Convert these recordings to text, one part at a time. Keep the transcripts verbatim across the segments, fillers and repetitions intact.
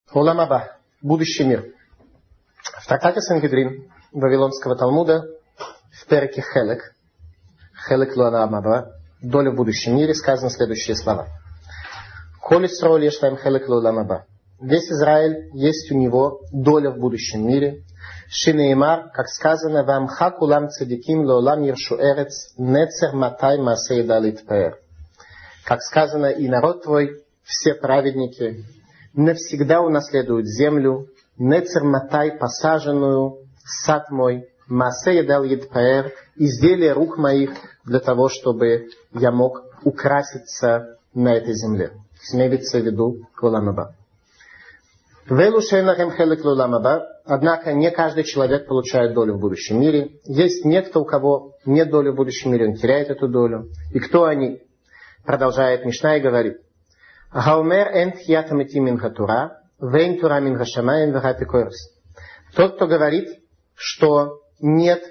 Олам Аба, будущий мир. В трактате Сангедрин Вавилонского Талмуда в переке Хелек, Хелек Луалам Аба, доля в будущем мире, сказаны следующие слова. Коль Исраэль ешлаем Хелек Луалам Аба. Весь Израиль есть у него доля в будущем мире. Шинеймар, как сказано, вам хак улам цадиким лоулам ершу эрец нецер матай масей далит пэр. Как сказано, и народ твой, все праведники, навсегда унаследуют землю, нецер матай посаженную, сад мой, масей далит пэр, изделие рук моих для того, чтобы я мог украситься на этой земле. Имеется в виду Олам Аба. Однако не каждый человек получает долю в будущем мире. Есть некто, у кого нет доли в будущем мире, он теряет эту долю. И кто они? Продолжает Мишна и говорит. Тот, кто говорит, что нет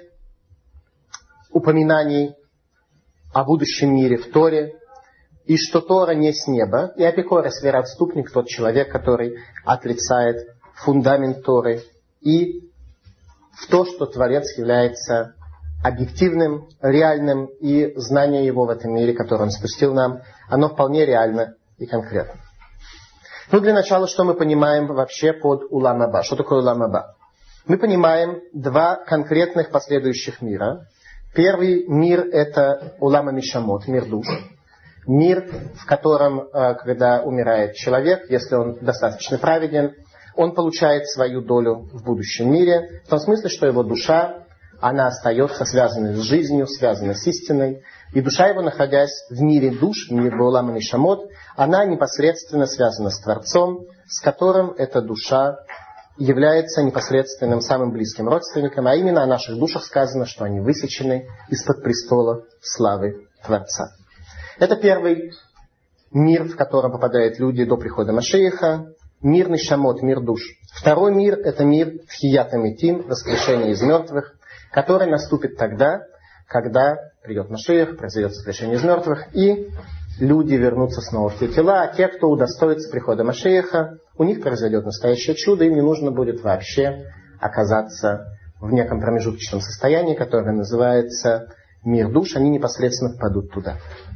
упоминаний о будущем мире в Торе, и что Тора не с неба, и апикорес, вероотступник, тот человек, который отрицает фундамент Торы, и в то, что Творец является объективным, реальным, и знание его в этом мире, которое он спустил нам, оно вполне реально и конкретно. Ну, для начала, что мы понимаем вообще под Олам Аба? Что такое Олам Аба? Мы понимаем два конкретных последующих мира. Первый мир – это Олам Мишамот, мир душ. Мир, в котором, когда умирает человек, если он достаточно праведен, он получает свою долю в будущем мире, в том смысле, что его душа, она остается связанной с жизнью, связанной с истиной, и душа его, находясь в мире душ, в мире Олам Мишамот, она непосредственно связана с Творцом, с которым эта душа является непосредственным самым близким родственником, а именно о наших душах сказано, что они высечены из-под престола славы Творца. Это первый мир, в котором попадают люди до прихода Машиаха. Мир Нишамот, мир душ. Второй мир – это мир Тхият Амитим, воскрешение из мертвых, который наступит тогда, когда придет Машиах, произойдет воскрешение из мертвых, и люди вернутся снова в те тела, а те, кто удостоится прихода Машиаха, у них произойдет настоящее чудо, им не нужно будет вообще оказаться в неком промежуточном состоянии, которое называется мир душ, они непосредственно впадут туда.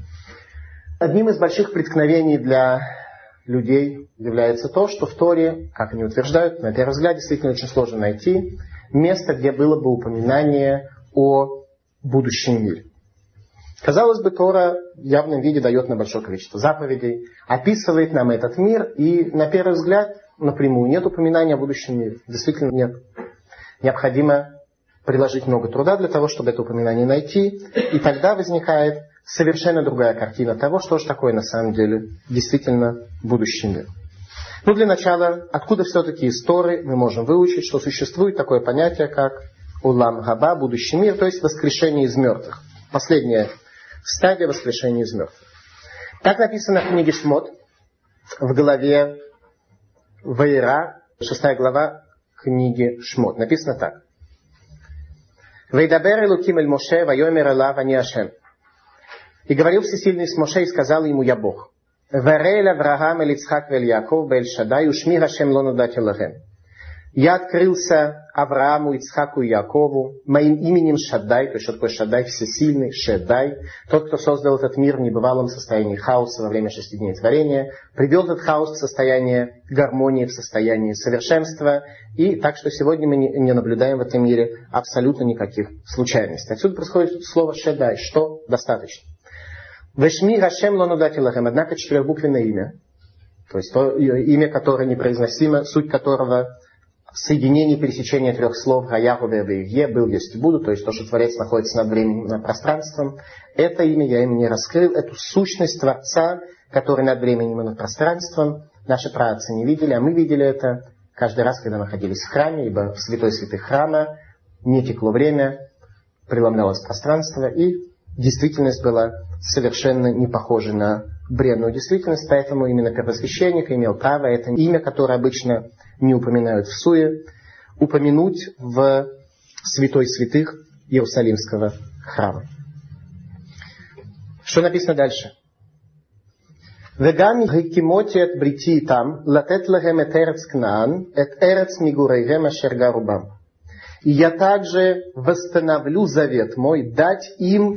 Одним из больших преткновений для людей является то, что в Торе, как они утверждают, на первый взгляд действительно очень сложно найти место, где было бы упоминание о будущем мире. Казалось бы, Тора в явном виде дает нам большое количество заповедей, описывает нам этот мир, и на первый взгляд напрямую нет упоминания о будущем мире. Действительно нет. Необходимо приложить много труда для того, чтобы это упоминание найти, и тогда возникает совершенно другая картина того, что же такое на самом деле действительно будущий мир. Ну, для начала, откуда все-таки из Торы мы можем выучить, что существует такое понятие, как Олам Аба, будущий мир, то есть воскрешение из мертвых. Последняя стадия воскрешения из мертвых. Так написано в книге Шмот, в главе Ваира, шестая глава книги Шмот. Написано так. «Вейдабер элуким эль Моше, вайомер элав ани Ашем». И говорил Всесильный с Моше и сказал ему: «Я Бог». «Варель Авраам эль Ицхак вель Яков бэль Шадай ушми Хашем ло нудат элэхэм». Я открылся Аврааму, Ицхаку и Якову моим именем Шаддай, то есть что такое Шаддай, всесильный, Шаддай, тот, кто создал этот мир в небывалом состоянии хаоса во время шести дней творения, привел этот хаос в состояние гармонии, в состояние совершенства, и так что сегодня мы не наблюдаем в этом мире абсолютно никаких случайностей. Отсюда происходит слово Шаддай, что достаточно. Вешми Хашем ло нудат элэхэм, однако четырехбуквенное имя, то есть то имя, которое непроизносимо, суть которого соединение, пересечение трех слов «Гаяру ве был, есть и буду», то есть то, что Творец находится над временем и над пространством, это имя я им не раскрыл, эту сущность Творца, который над временем и над пространством, наши праотцы не видели, а мы видели это каждый раз, когда находились в храме, ибо в святой святых храма не текло время, преломлялось пространство, и действительность была совершенно не похожа на бренную действительность, поэтому именно первосвященник имел право это имя, которое обычно не упоминают в суе, упомянуть в святой святых Иерусалимского храма. Что написано дальше? וגם הקימותי את בריתי איתם, לתת להם את ארץ כנען, את ארץ מגוריהם אשר גרו бам. И я также восстановлю завет мой, дать им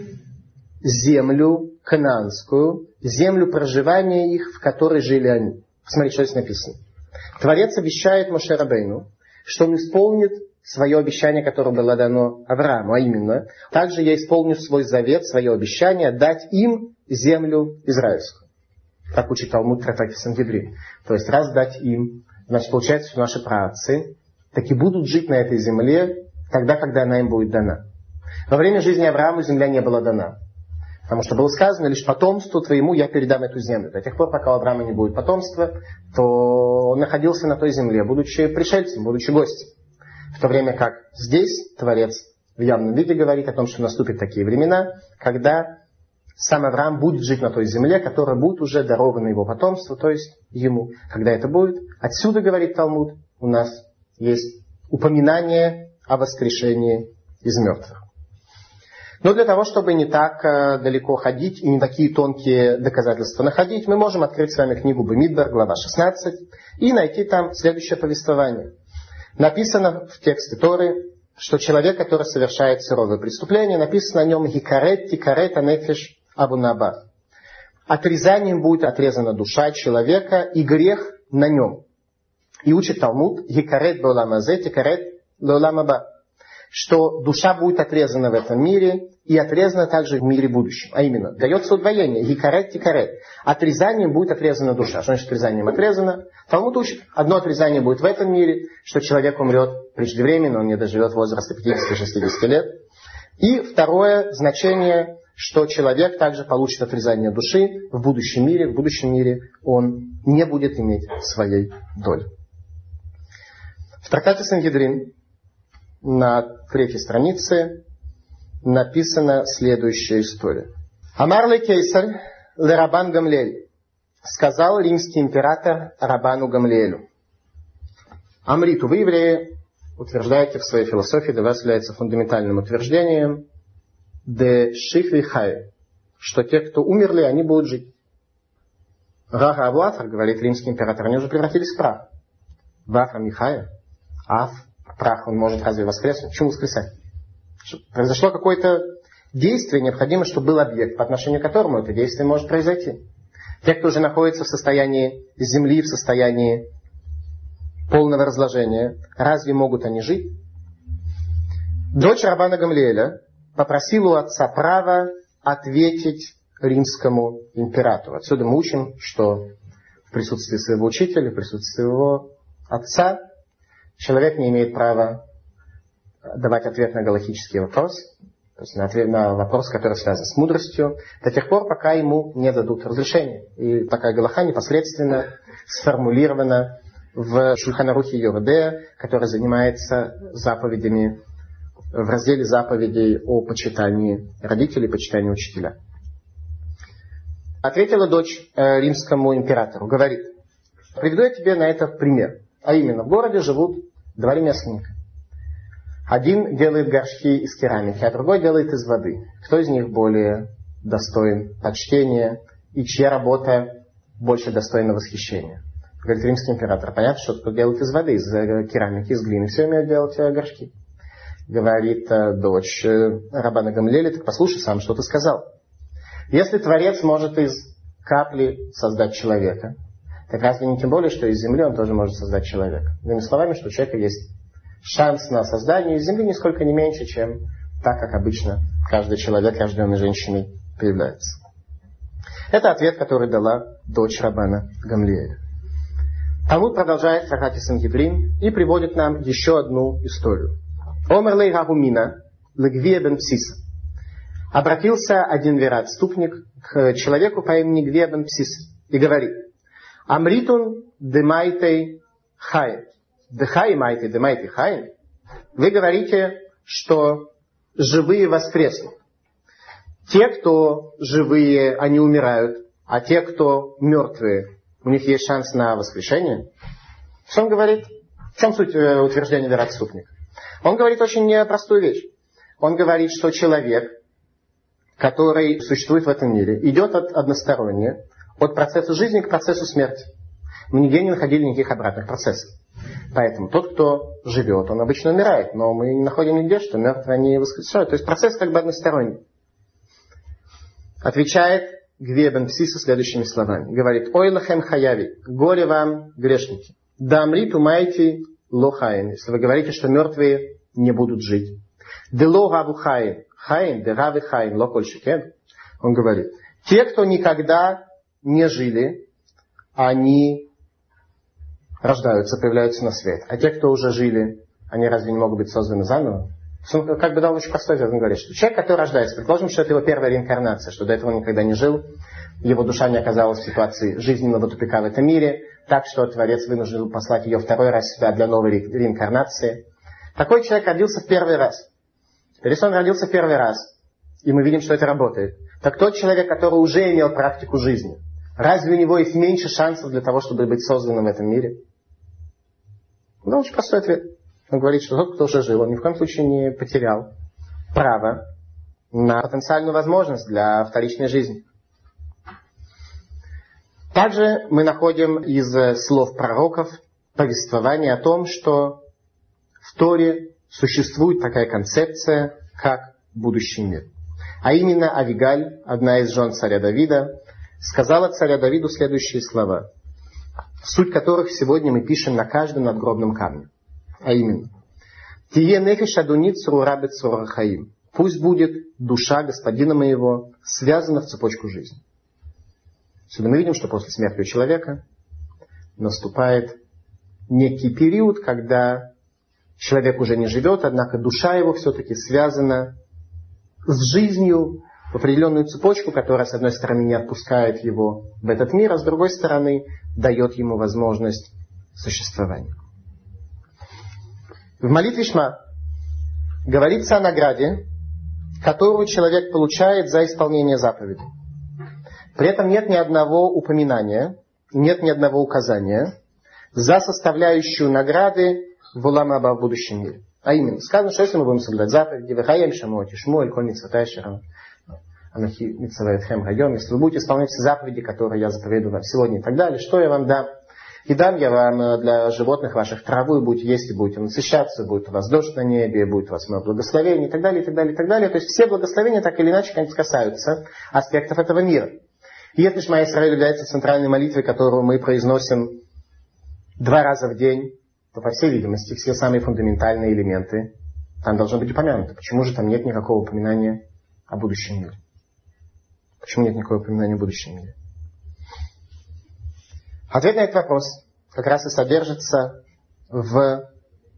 землю канаанскую, землю проживания их, в которой жили они. Посмотрите, что здесь написано. Творец обещает Моше Рабейну, что он исполнит свое обещание, которое было дано Аврааму, а именно, также я исполню свой завет, свое обещание, дать им землю израильскую. Так учит Талмуд в трактате Сангедрин. То есть, раз дать им, значит, получается, что наши праотцы таки будут жить на этой земле тогда, когда она им будет дана. Во время жизни Авраама земля не была дана. Потому что было сказано, лишь потомству твоему я передам эту землю. До тех пор, пока у Авраама не будет потомства, то он находился на той земле, будучи пришельцем, будучи гостем. В то время как здесь Творец в явном виде говорит о том, что наступят такие времена, когда сам Авраам будет жить на той земле, которая будет уже дарована его потомству, то есть ему. Когда это будет, отсюда, говорит Талмуд, у нас есть упоминание о воскрешении из мертвых. Но для того, чтобы не так далеко ходить и не такие тонкие доказательства находить, мы можем открыть с вами книгу Бамидбар, глава шестнадцать, и найти там следующее повествование. Написано в тексте Торы, что человек, который совершает суровое преступление, написано о нем «Хикарет, тикарет, анефеш, абунаба». Отрезанием будет отрезана душа человека и грех на нем. И учит Талмуд «Хикарет беоламазе, тикарет беоламаба», что душа будет отрезана в этом мире и отрезана также в мире будущем. А именно, дается удвоение. Хикарет, тикарет. Отрезанием будет отрезана душа. Что значит отрезанием отрезана? Талмуд учит, одно отрезание будет в этом мире, что человек умрет преждевременно, он не доживет возраста пятидесяти-шестидесяти лет. И второе значение, что человек также получит отрезание души в будущем мире. В будущем мире он не будет иметь своей доли. В трактате Сангедрин на третьей странице написана следующая история. Амар ле кейсар ле Рабан Гамлиэль. Сказал римский император Рабану Гамлиэлю. Амриту, вы, евреи, утверждаете в своей философии, для вас является фундаментальным утверждением, де шихви хай, что те, кто умерли, они будут жить. Рага Авуафар, говорит римский император, они уже превратились в прах. Вафра Михая, Аф, прах, он может разве воскреснуть? Почему воскресать? Произошло какое-то действие, необходимо, чтобы был объект, по отношению к которому это действие может произойти. Те, кто уже находится в состоянии земли, в состоянии полного разложения, разве могут они жить? Дочь Рабана Гамлиэля попросила у отца право ответить римскому императору. Отсюда мы учим, что в присутствии своего учителя, в присутствии своего отца, человек не имеет права давать ответ на галахический вопрос, то есть на, ответ, на вопрос, который связан с мудростью, до тех пор, пока ему не дадут разрешения. И пока галаха непосредственно сформулирована в Шульхан Арухе Йордея, который занимается заповедями, в разделе заповедей о почитании родителей, почитании учителя. Ответила дочь э, римскому императору, говорит, приведу я тебе на это пример. А именно, в городе живут два ремесленника. Один делает горшки из керамики, а другой делает из воды. Кто из них более достоин почтения и чья работа больше достойна восхищения? Говорит римский император. Понятно, что кто делает из воды, из керамики, из глины, все умеют делать горшки. Говорит дочь Рабана Гамлиэля, так послушай сам, что ты сказал. Если Творец может из капли создать человека, так разве не тем более, что из земли он тоже может создать человека? Другими словами, что у человека есть шанс на создание из земли нисколько не меньше, чем так, как обычно каждый человек, рожденный женщиной, появляется. Это ответ, который дала дочь Рабана Гамлиэля. Талмуд продолжает в трактате Сангедрин и приводит нам еще одну историю. Омер лей Рагумина легвия бен Псиса. Обратился один вероотступник к человеку по имени Гвия бен Псис и говорит: Амритун демайтей хай. Дехай майтей демайтей хай. Вы говорите, что живые воскреснут. Те, кто живые, они умирают, а те, кто мертвые, у них есть шанс на воскрешение. Что он говорит? В чем суть утверждения вероотступника? Он говорит очень непростую вещь. Он говорит, что человек, который существует в этом мире, идет от односторонне от процесса жизни к процессу смерти. Мы нигде не находили никаких обратных процессов. Поэтому тот, кто живет, он обычно умирает, но мы не находим нигде, что мертвые они воскрешают. То есть процесс как бы односторонний. Отвечает Гвия бен Псиса следующими словами. Говорит: «Ой лахем хаяви, горе вам, грешники. Дамри тумайте лохаин». Если вы говорите, что мертвые не будут жить. Дело гаву хаин, хаин, де равы хаин, ло коль шекен. Он говорит: те, кто никогда не жили, они рождаются, появляются на свет. А те, кто уже жили, они разве не могут быть созданы заново? Он как бы дал очень простой ответ. Он говорит, что человек, который рождается, предположим, что это его первая реинкарнация, что до этого он никогда не жил, его душа не оказалась в ситуации жизненного тупика в этом мире, так что Творец вынужден был послать ее второй раз сюда для новой ре- реинкарнации. Такой человек родился в первый раз. Теперь, если он родился в первый раз, и мы видим, что это работает, так тот человек, который уже имел практику жизни, разве у него есть меньше шансов для того, чтобы быть созданным в этом мире? Ну, очень простой ответ. Он говорит, что тот, кто уже жил, он ни в коем случае не потерял право на потенциальную возможность для вторичной жизни. Также мы находим из слов пророков повествование о том, что в Торе существует такая концепция, как будущий мир. А именно Авигаль, одна из жен царя Давида, сказала царю Давиду следующие слова, суть которых сегодня мы пишем на каждом надгробном камне. А именно: «Тие нефиш адунит цурурабет цурахаим». Пусть будет душа господина моего связана в цепочку жизни. Сюда мы видим, что после смерти у человека наступает некий период, когда человек уже не живет, однако душа его все-таки связана с жизнью в определенную цепочку, которая, с одной стороны, не отпускает его в этот мир, а с другой стороны, дает ему возможность существования. В молитве Шма говорится о награде, которую человек получает за исполнение заповедей. При этом нет ни одного упоминания, нет ни одного указания за составляющую награды в улам аба в будущем мире. А именно, сказано, что если мы будем соблюдать заповеди, вехаем шамот, шмуэль, коль мицватай шерам, анахи мицваэт хэм хайом, если вы будете исполнять все заповеди, которые я заповедую вам сегодня и так далее, что я вам дам? И дам я вам для животных ваших траву, и будете есть, и будете насыщаться, будет у вас дождь на небе, будет у вас мое благословение, и так далее, и так далее, и так далее. То есть все благословения так или иначе касаются аспектов этого мира. И если Шма Исраэль является центральной молитвой, которую мы произносим два раза в день, то, по всей видимости, все самые фундаментальные элементы там должны быть упомянуты. Почему же там нет никакого упоминания о будущем мире? Почему нет никакого упоминания о будущем мире? Ответ на этот вопрос как раз и содержится в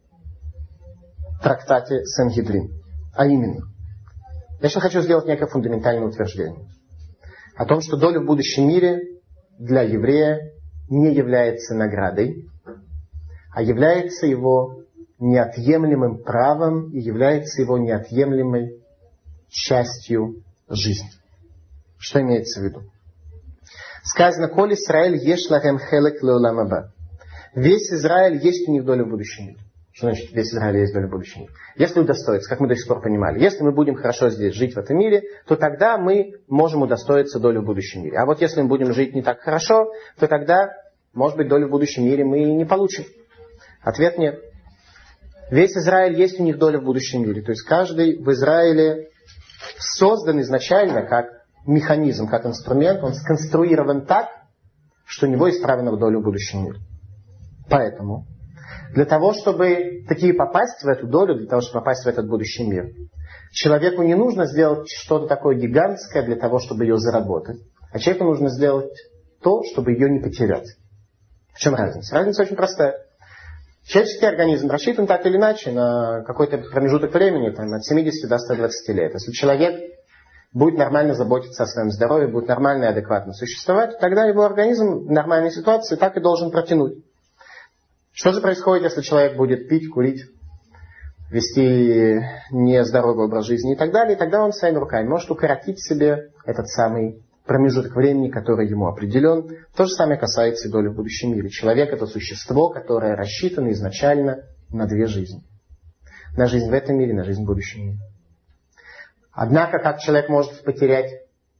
трактате Сангедрин. А именно, я сейчас хочу сделать некое фундаментальное утверждение о том, что доля в будущем мире для еврея не является наградой, а является его неотъемлемым правом и является его неотъемлемой частью жизни. Что имеется в виду? Сказано: «Коль Исраэль еш лахем хелек леолам аба». Весь Израиль есть у них доля в будущем мире. Что значит весь Израиль есть доля в будущем мире? Если удостоиться, как мы до сих пор понимали, если мы будем хорошо здесь жить в этом мире, то тогда мы можем удостоиться долю в будущем мире. А вот если мы будем жить не так хорошо, то тогда, может быть, долю в будущем мире мы и не получим. Ответ нет. Весь Израиль есть у них доля в будущем мире. То есть каждый в Израиле создан изначально как механизм, как инструмент, он сконструирован так, что у него есть право на долю в будущем мире. Поэтому, для того, чтобы таки попасть в эту долю, для того, чтобы попасть в этот будущий мир, человеку не нужно сделать что-то такое гигантское для того, чтобы ее заработать, а человеку нужно сделать то, чтобы ее не потерять. В чем разница? Разница очень простая. Человеческий организм рассчитан так или иначе на какой-то промежуток времени, там, от семидесяти до ста двадцати лет. Если человек будет нормально заботиться о своем здоровье, будет нормально и адекватно существовать, тогда его организм в нормальной ситуации так и должен протянуть. Что же происходит, если человек будет пить, курить, вести нездоровый образ жизни и так далее, и тогда он своими руками может укоротить себе этот самый промежуток времени, который ему определен. То же самое касается и доли в будущем мире. Человек — это существо, которое рассчитано изначально на две жизни. На жизнь в этом мире, на жизнь в будущем мире. Однако, как человек может потерять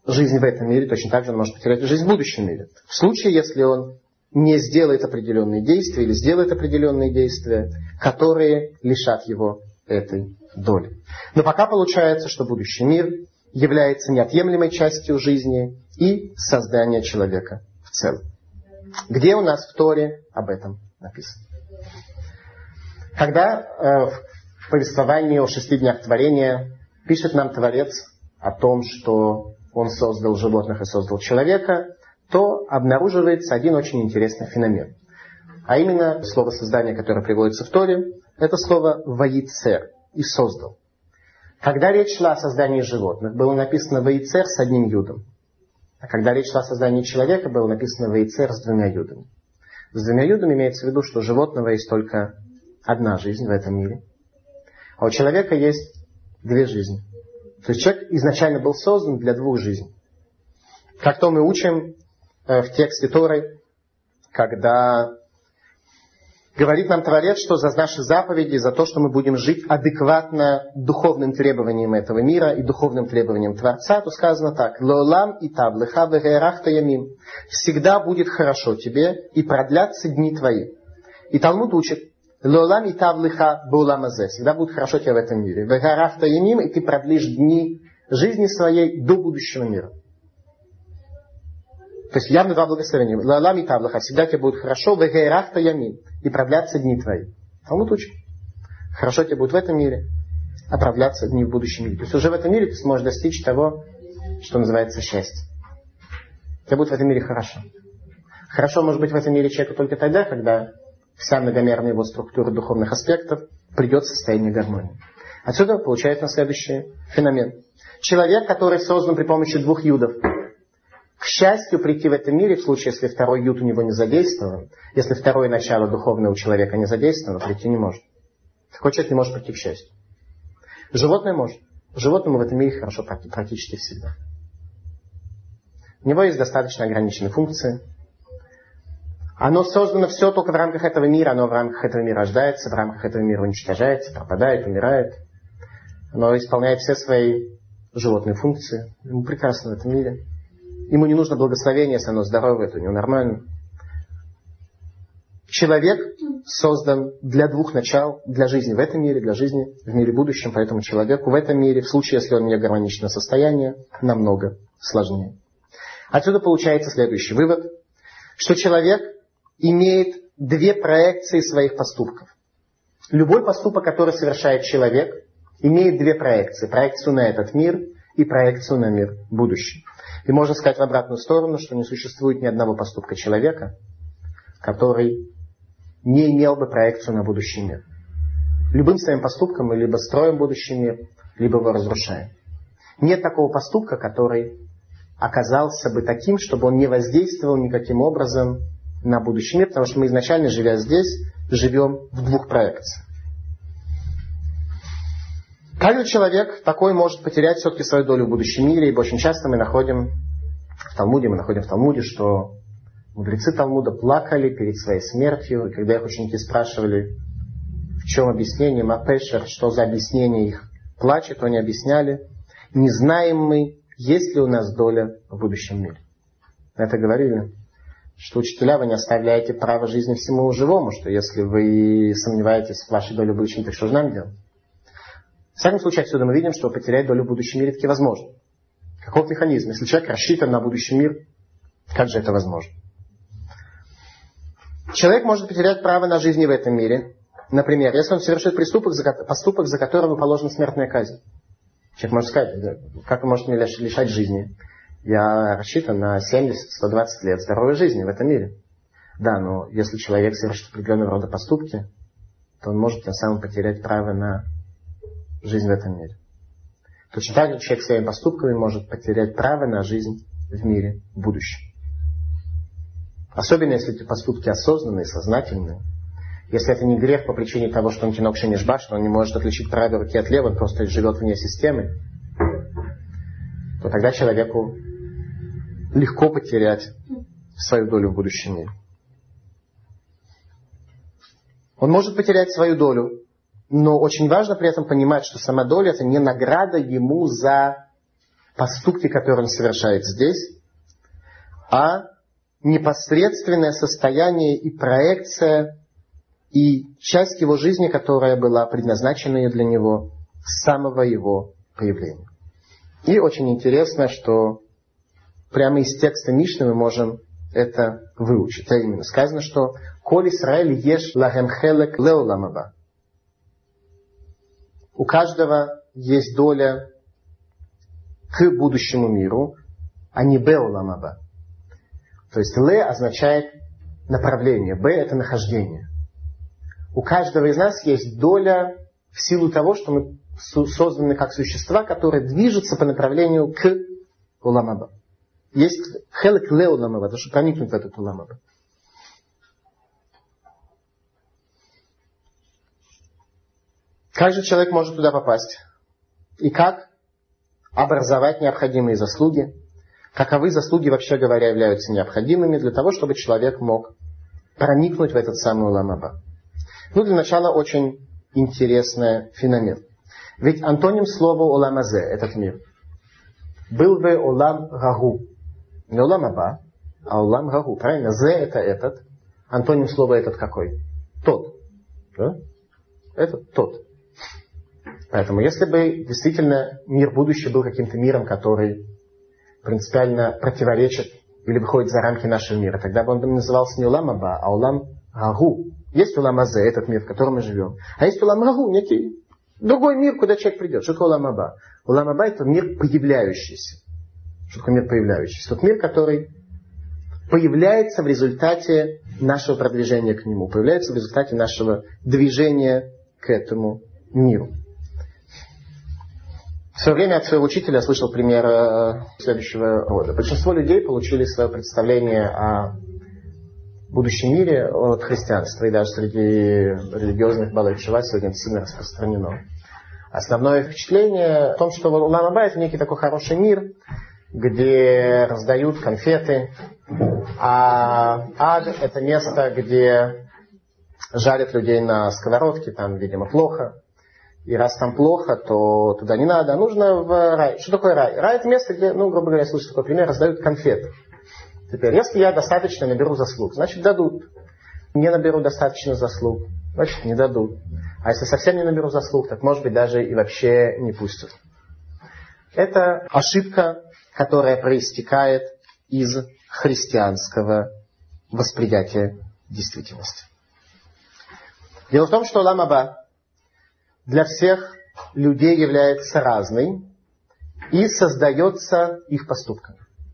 жизнь в этом мире, точно так же он может потерять жизнь в будущем мире. В случае, если он не сделает определенные действия или сделает определенные действия, которые лишат его этой доли. Но пока получается, что будущий мир является неотъемлемой частью жизни и создания человека в целом. Где у нас в Торе об этом написано? Когда э, в повествовании о шести днях творения пишет нам Творец о том, что он создал животных и создал человека, то обнаруживается один очень интересный феномен. А именно, слово создания, которое приводится в Торе, это слово «ваицер» и «создал». Когда речь шла о создании животных, было написано «ваицер» с одним юдом. А когда речь шла о создании человека, было написано «ваицер» с двумя юдами. С двумя юдами имеется в виду, что у животного есть только одна жизнь в этом мире. А у человека есть две жизни. То есть человек изначально был создан для двух жизней. Как то мы учим в тексте Торы, когда говорит нам Творец, что за наши заповеди, за то, что мы будем жить адекватно духовным требованиям этого мира и духовным требованиям Творца, то сказано так: «Лоолам и тав леха вегеэрахта ямим». Всегда будет хорошо тебе и продлятся дни твои. И Талмуд учит: «Лоолам и тав леха беолам азе». Всегда будет хорошо тебе в этом мире. Вегеэрахта ямим, и ты продлишь дни жизни своей до будущего мира. То есть явно два благословения. Лоолам и тав леха. Всегда тебе будет хорошо. Вегеэрахта ямим. И продлятся дни твои. Талмуд учит. Хорошо тебе будет в этом мире, а продлятся дни в будущем мире. То есть уже в этом мире ты сможешь достичь того, что называется счастье. Тебе будет в этом мире хорошо. Хорошо может быть в этом мире человеку только тогда, когда вся многомерная его структура духовных аспектов придет в состояние гармонии. Отсюда получается следующий феномен. Человек, который создан при помощи двух юдов, к счастью прийти в этом мире, в случае, если второй юд у него не задействован, если второе начало духовное у человека не задействовано, прийти не может. Такой человек не может прийти к счастью. Животное может. Животному в этом мире хорошо практически всегда. У него есть достаточно ограниченные функции. Оно создано все только в рамках этого мира, оно в рамках этого мира рождается, в рамках этого мира уничтожается, пропадает, умирает. Оно исполняет все свои животные функции. Ему прекрасно в этом мире. Ему не нужно благословение, если оно здоровое, то у него нормально. Человек создан для двух начал, для жизни в этом мире, для жизни в мире будущем, поэтому человеку в этом мире, в случае, если он не гармоничное состояние, намного сложнее. Отсюда получается следующий вывод, что человек имеет две проекции своих поступков. Любой поступок, который совершает человек, имеет две проекции. Проекцию на этот мир и проекцию на мир будущий. И можно сказать в обратную сторону, что не существует ни одного поступка человека, который не имел бы проекцию на будущий мир. Любым своим поступком мы либо строим будущий мир, либо его разрушаем. Нет такого поступка, который оказался бы таким, чтобы он не воздействовал никаким образом на будущий мир, потому что мы изначально, живя здесь, живем в двух проекциях. Каждый человек такой может потерять все-таки свою долю в будущем мире, ибо очень часто мы находим в Талмуде, мы находим в Талмуде, что мудрецы Талмуда плакали перед своей смертью, и когда их ученики спрашивали, в чем объяснение Мапешер, что за объяснение их плача, то они объясняли: не знаем мы, есть ли у нас доля в будущем мире. Это говорили, что учителя, вы не оставляете право жизни всему живому, что если вы сомневаетесь в вашей доле в будущем, то что же нам делать? В всяком случае, отсюда мы видим, что потерять долю в будущем мире таки возможно. Каков механизм? Если человек рассчитан на будущий мир, как же это возможно? Человек может потерять право на жизнь в этом мире. Например, если он совершит поступок, поступок, за которым положена смертная казнь. Человек может сказать: как вы можете меня лишать жизни? Я рассчитан на семьдесят - сто двадцать лет здоровой жизни в этом мире. Да, но если человек совершит определенного рода поступки, то он может тем самым потерять право на жизнь в этом мире. Точно так же человек своими поступками может потерять право на жизнь в мире в будущем. Особенно, если эти поступки осознанные, сознательные. Если это не грех по причине того, что он тинок шенишба, что он не может отличить правой руки от левой, он просто живет вне системы, то тогда человеку легко потерять свою долю в будущем мире. Он может потерять свою долю, но очень важно при этом понимать, что сама доля — это не награда ему за поступки, которые он совершает здесь, а непосредственное состояние и проекция, и часть его жизни, которая была предназначена для него с самого его появления. И очень интересно, что прямо из текста Мишны мы можем это выучить. А именно сказано, что «Коль Исраэль еш лахем хелек леолам аба». У каждого есть доля к будущему миру, а не беолам аба. То есть ле означает направление, б это нахождение. У каждого из нас есть доля в силу того, что мы созданы как существа, которые движутся по направлению к улам аба. Есть хелек ле улам аба, чтобы проникнуть в этот улам аба. Как же человек может туда попасть? И как образовать необходимые заслуги? Каковы заслуги, вообще говоря, являются необходимыми для того, чтобы человек мог проникнуть в этот самый улам аба? Ну, для начала, очень интересный феномен. Ведь антоним слова улам азе, этот мир, был бы улам гагу. Не улам аба, а улам гагу. Правильно? Зе это этот. Антоним слова этот какой? Тот. Да? Этот тот. Поэтому, если бы действительно мир будущий был каким-то миром, который принципиально противоречит или выходит за рамки нашего мира, тогда бы он бы назывался не улам аба, а улам гагу. Есть улам азе, этот мир, в котором мы живем. А есть улам гагу, некий другой мир, куда человек придет. Что такое улам аба? Улам аба это мир появляющийся. Что такое мир появляющийся? Тот мир, который появляется в результате нашего продвижения к нему, появляется в результате нашего движения к этому миру. В свое время от своего учителя я слышал пример э, следующего рода. Большинство людей получили свое представление о будущем мире от христианства, и даже среди религиозных балай-чува сегодня это сильно распространено. Основное впечатление в том, что улам аба это некий такой хороший мир, где раздают конфеты, а ад это место, где жарят людей на сковородке, там, видимо, плохо. И раз там плохо, то туда не надо, а нужно в рай. Что такое рай? Рай это место, где, ну, грубо говоря, я слышу такой пример, раздают конфеты. Теперь, если я достаточно наберу заслуг, значит дадут. Не наберу достаточно заслуг, значит не дадут. А если совсем не наберу заслуг, так может быть даже и вообще не пустят. Это ошибка, которая проистекает из христианского восприятия действительности. Дело в том, что улам аба для всех людей является разной и создается их поступками.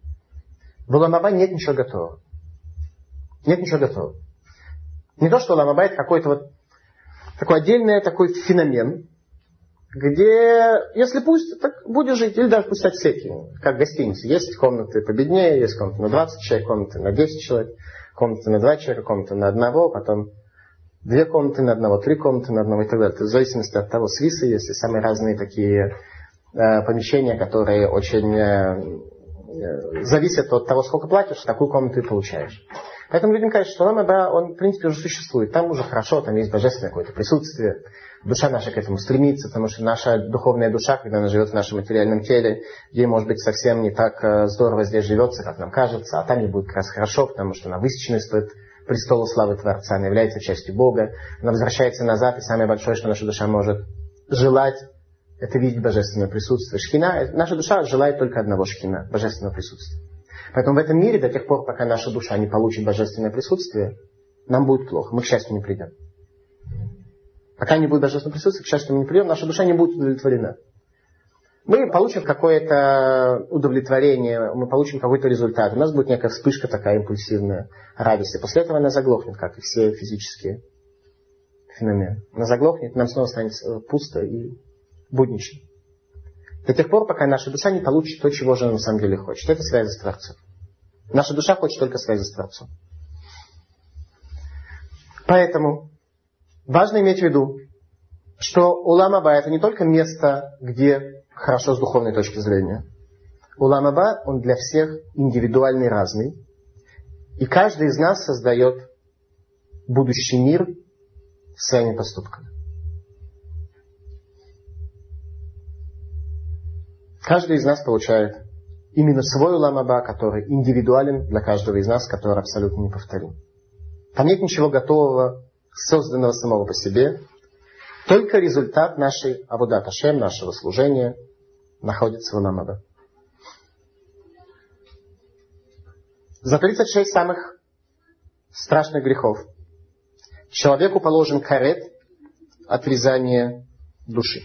В улам аба нет ничего готового. Нет ничего готового. Не то, что улам аба это какой-то вот такой отдельный такой феномен, где, если пусть, так будешь жить, или даже пусть стать всяким, как в гостинице. Есть комнаты победнее, есть комнаты на двадцать человек, комнаты на десять человек, комнаты на два человека, комнаты на одного, потом две комнаты на одного, три комнаты на одного и так далее. В зависимости от того, свисы есть и самые разные такие э, помещения, которые очень э, э, зависят от того, сколько платишь, такую комнату и получаешь. Поэтому людям кажется, что улам аба, он в принципе уже существует. Там уже хорошо, там есть божественное какое-то присутствие. Душа наша к этому стремится, потому что наша духовная душа, когда она живет в нашем материальном теле, ей, может быть, совсем не так здорово здесь живется, как нам кажется, а там ей будет как раз хорошо, потому что она высечена из-под престола славы Творца, она является частью Бога, она возвращается назад, и самое большое, что наша душа может желать, это видеть божественное присутствие. Шхина, наша душа желает только одного шхина, божественного присутствия. Поэтому в этом мире, до тех пор, пока наша душа не получит божественное присутствие, нам будет плохо, мы к счастью не придем. Пока не будет божественного присутствия, к счастью мы не придем, наша душа не будет удовлетворена. Мы получим какое-то удовлетворение, мы получим какой-то результат. У нас будет некая вспышка такая импульсивная радости. После этого она заглохнет, как и все физические феномены. Она заглохнет, нам снова станет пусто и буднично. До тех пор, пока наша душа не получит то, чего же она на самом деле хочет. Это связь с Творцом. Наша душа хочет только связи с Творцом. Поэтому важно иметь в виду, что улам аба это не только место, где хорошо с духовной точки зрения. Улам аба, он для всех индивидуальный, разный. И каждый из нас создает будущий мир своими поступками. Каждый из нас получает именно свой улам аба, который индивидуален для каждого из нас, который абсолютно неповторим. Там нет ничего готового, созданного самого по себе. Только результат нашей аводат Ашем, нашего служения, находится в улам аба. За тридцать шесть самых страшных грехов человеку положен карет, отрезание души.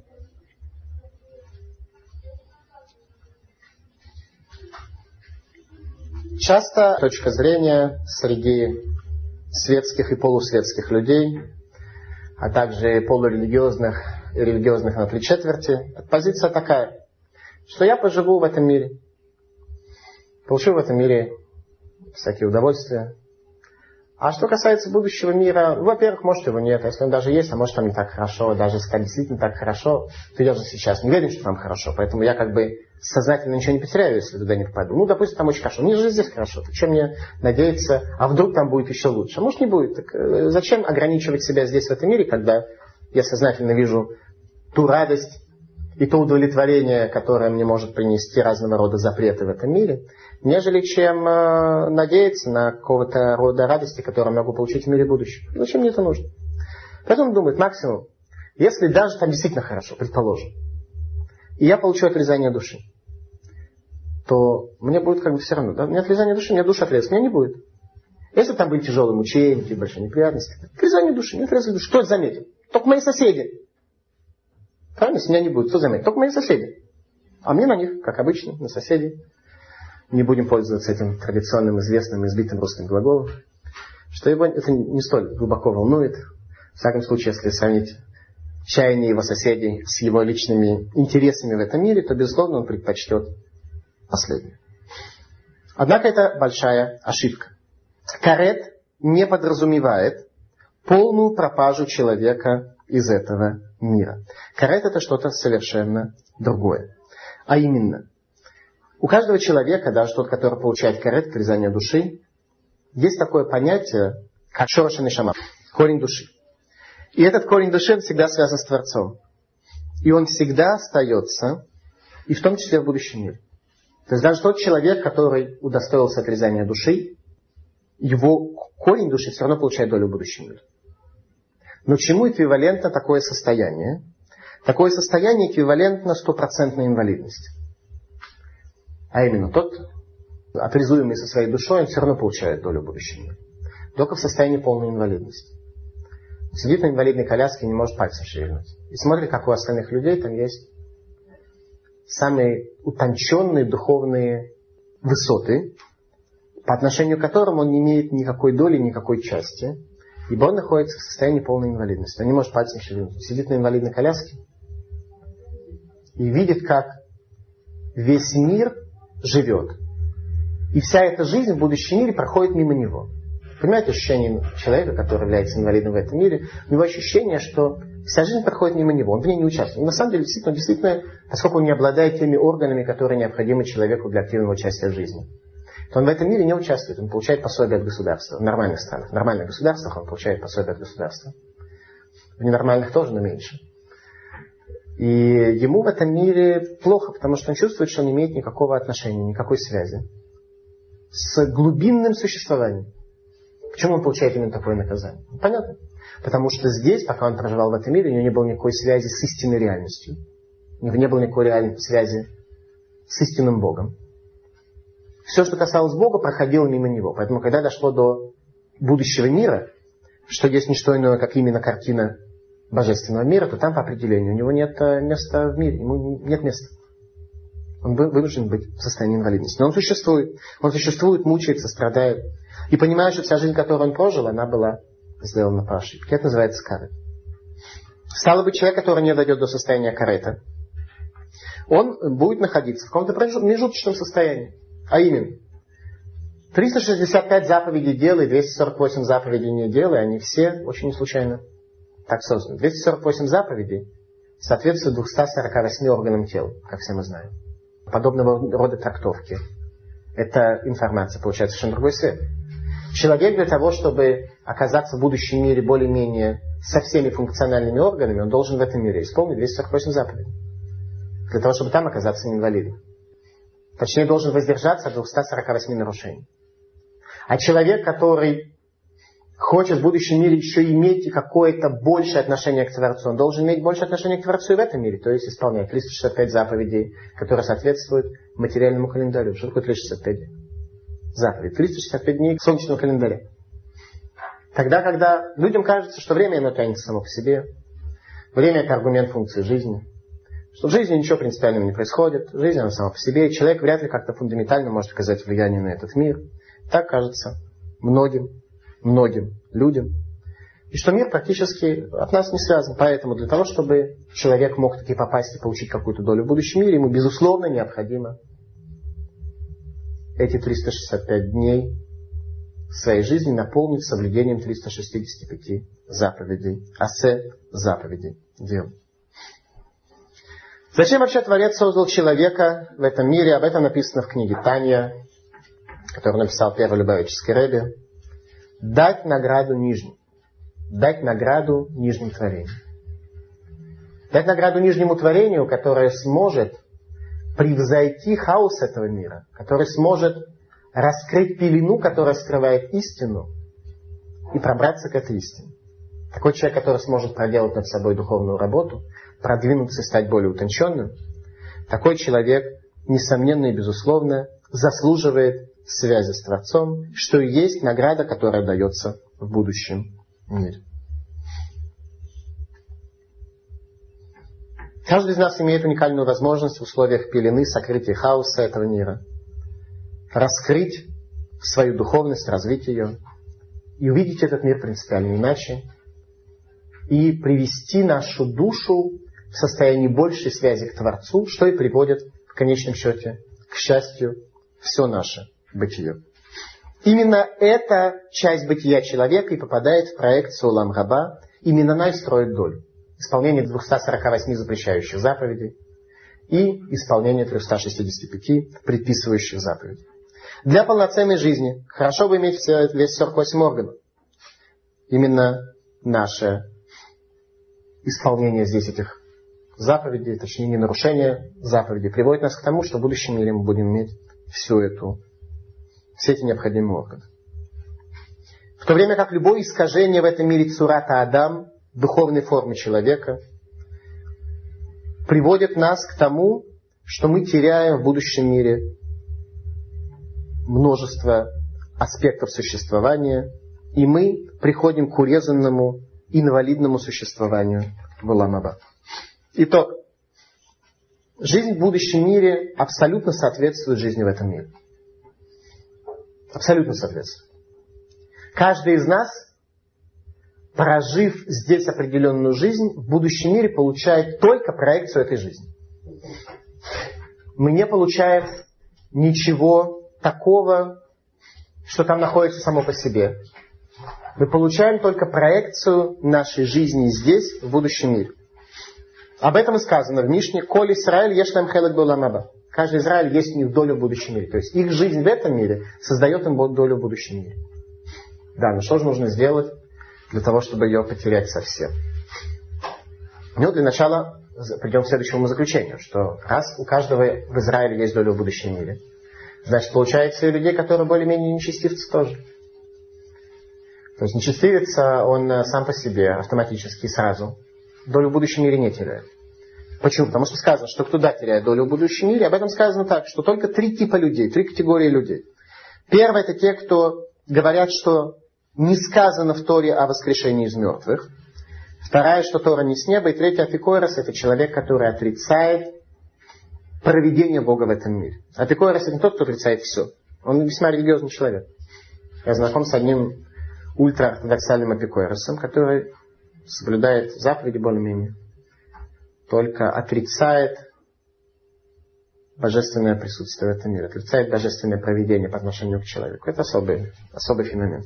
Часто точка зрения среди светских и полусветских людей, а также полурелигиозных и религиозных на три четверти, позиция такая, что я поживу в этом мире, получу в этом мире всякие удовольствия. А что касается будущего мира, ну, во-первых, может его нет, а если он даже есть, а может там не так хорошо, даже если там действительно так хорошо, то я же сейчас не уверен, что там хорошо, поэтому я как бы сознательно ничего не потеряю, если туда не попаду. Ну, допустим, там очень хорошо. Мне же здесь хорошо. Так чем мне надеяться, а вдруг там будет еще лучше? А может не будет. Так э, зачем ограничивать себя здесь, в этом мире, когда я сознательно вижу ту радость и то удовлетворение, которое мне может принести разного рода запреты в этом мире, нежели чем э, надеяться на какого-то рода радости, которую я могу получить в мире будущего. Зачем мне это нужно? Поэтому он думает, максимум, если даже там действительно хорошо, предположим, и я получу отрезание души, то мне будет как бы все равно. Да? У меня отрезание души, у меня душа отрезается, у меня не будет. Если там были тяжелые мучения, какие большие неприятности, отрезание души, не отрезание души. Кто это заметит? Только мои соседи. Правильно? Если меня не будет, кто заметит? Только мои соседи. А мне на них, как обычно, на соседей. Не будем пользоваться этим традиционным, известным, избитым русским глаголом. Что его это не столь глубоко волнует. В всяком случае, если сравнить чаяние его соседей с его личными интересами в этом мире, то, безусловно, он предпочтет последнее. Однако это большая ошибка. Карет не подразумевает полную пропажу человека из этого мира. Карет это что-то совершенно другое. А именно, у каждого человека, даже тот, который получает карет, отрезание души, есть такое понятие, как шорош нешама, корень души. И этот корень души всегда связан с Творцом. И он всегда остается, и в том числе в будущем мире. То есть даже тот человек, который удостоился отрезания души, его корень души все равно получает долю в будущем мире. Но чему эквивалентно такое состояние? Такое состояние эквивалентно стопроцентной инвалидности. А именно тот, отрезуемый со своей душой, он все равно получает долю в будущем мире. Только в состоянии полной инвалидности. Сидит на инвалидной коляске и не может пальцем шевельнуть. И смотрит, как у остальных людей там есть самые утонченные духовные высоты, по отношению к которым он не имеет никакой доли, никакой части, ибо он находится в состоянии полной инвалидности. Он не может пальцем шевельнуть. Сидит на инвалидной коляске и видит, как весь мир живет. И вся эта жизнь в будущем мире проходит мимо него. Понимаете ощущение человека, который является инвалидом в этом мире? У него ощущение, что вся жизнь проходит мимо него, он в ней не участвует. И на самом деле, действительно, действительно, поскольку он не обладает теми органами, которые необходимы человеку для активного участия в жизни, то он в этом мире не участвует. Он получает пособие от государства. В нормальных странах. В нормальных государствах он получает пособие от государства. В ненормальных тоже, но меньше. И ему в этом мире плохо, потому что он чувствует, что он не имеет никакого отношения, никакой связи с глубинным существованием. Почему он получает именно такое наказание? Понятно. Потому что здесь, пока он проживал в этом мире, у него не было никакой связи с истинной реальностью. У него не было никакой реальной связи с истинным Богом. Все, что касалось Бога, проходило мимо него. Поэтому, когда дошло до будущего мира, что есть не что иное, как именно картина божественного мира, то там по определению у него нет места в мире. Ему нет места. Он вынужден быть в состоянии инвалидности. Но он существует. Он существует, мучается, страдает. И понимает, что вся жизнь, которую он прожил, она была сделана по ошибке. Это называется карет. Стало быть, человек, который не дойдет до состояния карета, он будет находиться в каком-то промежуточном состоянии. А именно, триста шестьдесят пять заповедей делай, двести сорок восемь заповедей не делай, они все очень не случайно так созданы. двести сорок восемь заповедей соответствуют двумстам сорока восьми органам тела, как все мы знаем. Подобного рода трактовки. Эта информация получает совершенно другой свет. Человек для того, чтобы оказаться в будущем мире более-менее со всеми функциональными органами, он должен в этом мире исполнить двести сорок восемь заповедей. для того, чтобы там оказаться инвалидом. Точнее, должен воздержаться от двухсот сорока восьми нарушений. А человек, который хочет в будущем мире еще иметь какое-то большее отношение к Творцу, он должен иметь большее отношение к Творцу и в этом мире, то есть исполнять триста шестьдесят пять заповедей, которые соответствуют материальному календарю. Что такое триста шестьдесят пять дней? Заповедь. триста шестьдесят пять дней солнечного календаря. Тогда, когда людям кажется, что время оно тянется само по себе, время это аргумент функции жизни, что в жизни ничего принципиального не происходит, жизнь она сама по себе, и человек вряд ли как-то фундаментально может оказать влияние на этот мир. Так кажется многим, многим людям. И что мир практически от нас не связан. Поэтому для того, чтобы человек мог таки попасть и получить какую-то долю в будущем мире, ему безусловно необходимо эти триста шестьдесят пять дней своей жизни наполнить соблюдением триста шестидесяти пяти заповедей. Асе заповедей дел. Зачем вообще Творец создал человека в этом мире? Об этом написано в книге Таня, которую написал первый Любавический Ребе. Дать награду нижним. Дать награду нижним творениям. Дать награду нижнему творению, которое сможет превзойти хаос этого мира, который сможет раскрыть пелену, которая скрывает истину, и пробраться к этой истине. Такой человек, который сможет проделать над собой духовную работу, продвинуться и стать более утонченным, такой человек, несомненно и безусловно, заслуживает связи с Творцом, что и есть награда, которая дается в будущем мире. Каждый из нас имеет уникальную возможность в условиях пелены, сокрытия хаоса этого мира раскрыть свою духовность, развить ее и увидеть этот мир принципиально иначе и привести нашу душу в состояние большей связи к Творцу, что и приводит в конечном счете к счастью все наше бытие. Именно эта часть бытия человека и попадает в проект Сулам Раба. Именно она и строит долю. Исполнение двухсот сорока восьми запрещающих заповедей и исполнение трехсот шестидесяти пяти предписывающих заповедей. Для полноценной жизни хорошо бы иметь весь сорок восемь органов. Именно наше исполнение здесь этих заповедей, точнее не нарушение заповедей, приводит нас к тому, что в будущем мире мы будем иметь всю эту, все эти необходимые органы. В то время как любое искажение в этом мире цурата Адам, духовной формы человека, приводит нас к тому, что мы теряем в будущем мире множество аспектов существования, и мы приходим к урезанному, инвалидному существованию в Олам Аба. Итог. Жизнь в будущем мире абсолютно соответствует жизни в этом мире. Абсолютно соответствует. Каждый из нас, прожив здесь определенную жизнь, в будущем мире получает только проекцию этой жизни. Мы не получаем ничего такого, что там находится само по себе. Мы получаем только проекцию нашей жизни здесь, в будущем мире. Об этом и сказано в Мишне: «Коль Исраэль ешлем хелек беолам аба». Каждый Израиль есть у них доля в будущем мире. То есть их жизнь в этом мире создает им долю в будущем мире. Да, но что же нужно сделать для того, чтобы ее потерять совсем? Ну, для начала придем к следующему заключению, что раз у каждого в Израиле есть доля в будущем мире, значит, получается, и у людей, которые более-менее нечестивцы, тоже. То есть нечестивец, он сам по себе автоматически сразу долю в будущем мире не теряет. Почему? Потому что сказано, что кто да теряет долю в будущем мире. Об этом сказано так, что только три типа людей, три категории людей. Первое — это те, кто говорят, что не сказано в Торе о воскрешении из мертвых. Вторая, что Тора не с неба. И третья, апикойрос — это человек, который отрицает провидение Бога в этом мире. Апикойрос — это не тот, кто отрицает все. Он весьма религиозный человек. Я знаком с одним ультраортодоксальным апикойросом, который соблюдает заповеди более-менее, только отрицает божественное присутствие в этом мире, отрицает божественное провидение по отношению к человеку. Это особый, особый феномен.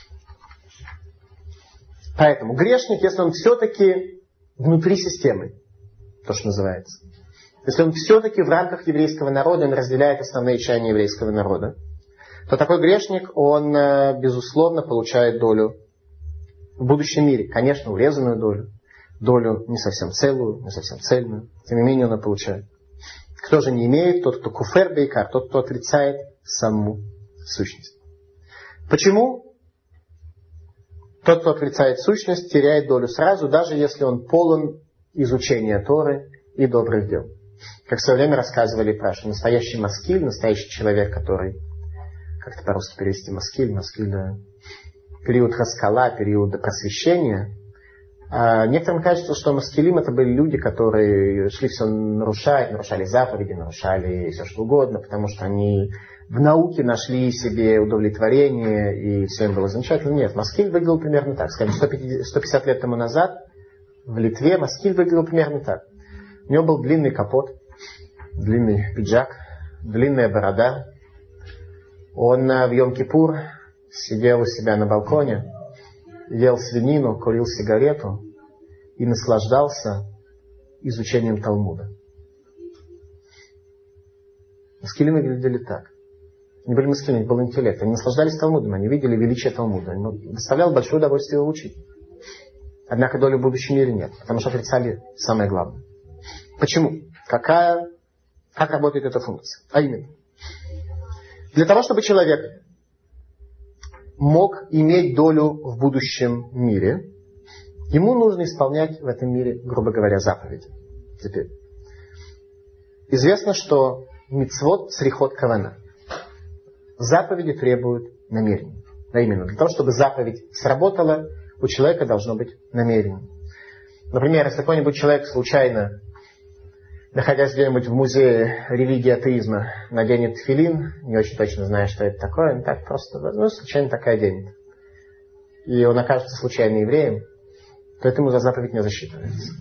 Поэтому грешник, если он все-таки внутри системы, то, что называется, если он все-таки в рамках еврейского народа, он разделяет основные чаяния еврейского народа, то такой грешник, он, безусловно, получает долю в будущем мире. Конечно, урезанную долю, долю не совсем целую, не совсем цельную, тем не менее он ее получает. Кто же не имеет? Тот, кто куфер бейкар, тот, кто отрицает саму сущность. Почему? Тот, кто отрицает сущность, теряет долю сразу, даже если он полон изучения Торы и добрых дел. Как в свое время рассказывали про что настоящий маскиль, настоящий человек, который, как это по-русски перевести, маскиль, маскиль, да, период раскола, период просвещения. А некоторым кажется, что маскилим это были люди, которые шли все нарушать, нарушали заповеди, нарушали все что угодно, потому что они в науке нашли себе удовлетворение, и все им было замечательно. Нет, маскиль выглядел примерно так. Скажем, сто пятьдесят лет тому назад в Литве маскиль выглядел примерно так. У него был длинный капот, длинный пиджак, длинная борода. Он в Йом-Кипур сидел у себя на балконе, ел свинину, курил сигарету и наслаждался изучением Талмуда. Маскилим выглядели так. Они были маскилим, у них был интеллект. Они наслаждались Талмудом, они видели величие Талмуда. Им доставляло большое удовольствие его учить. Однако долю в будущем мире нет, потому что отрицали самое главное. Почему? Какая, как работает эта функция? А именно, для того, чтобы человек мог иметь долю в будущем мире, ему нужно исполнять в этом мире, грубо говоря, заповеди. Теперь. Известно, что мицвот срихот кавана. Заповеди требуют намерения. А именно, для того, чтобы заповедь сработала, у человека должно быть намерение. Например, если какой-нибудь человек случайно, находясь где-нибудь в музее религии атеизма, наденет тфилин, не очень точно зная, что это такое, он так просто, ну, случайно такая оденет, и он окажется случайно евреем, то это ему за заповедь не засчитывается.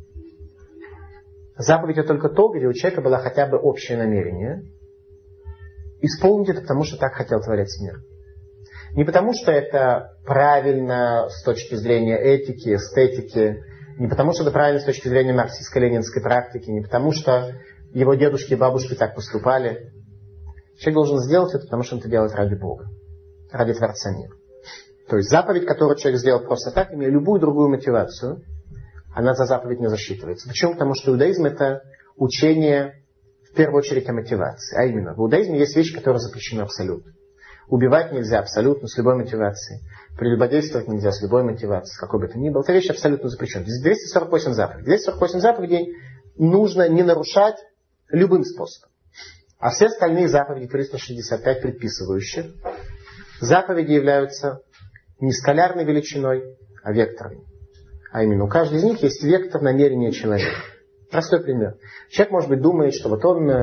Заповедь это только то, где у человека было хотя бы общее намерение исполнить это, потому что так хотел Творец мира. Не потому, что это правильно с точки зрения этики, эстетики, не потому, что это правильно с точки зрения марксистско-ленинской практики, не потому, что его дедушки и бабушки так поступали. Человек должен сделать это, потому что он это делает ради Бога, ради Творца мира. То есть заповедь, которую человек сделал просто так, имея любую другую мотивацию, она за заповедь не засчитывается. Почему? Потому что иудаизм это учение в первую очередь о мотивации. А именно, в иудаизме есть вещи, которые запрещены абсолютно. Убивать нельзя абсолютно, с любой мотивацией. Прелюбодействовать нельзя с любой мотивацией, с какой бы то ни было. Это вещь абсолютно запрещена. Здесь двести сорок восемь заповедей. двести сорок восемь заповедей нужно не нарушать любым способом. А все остальные заповеди, триста шестьдесят пять предписывающих, заповеди являются не скалярной величиной, а векторной. А именно, у каждой из них есть вектор намерения человека. Простой пример. Человек, может быть, думает, что вот он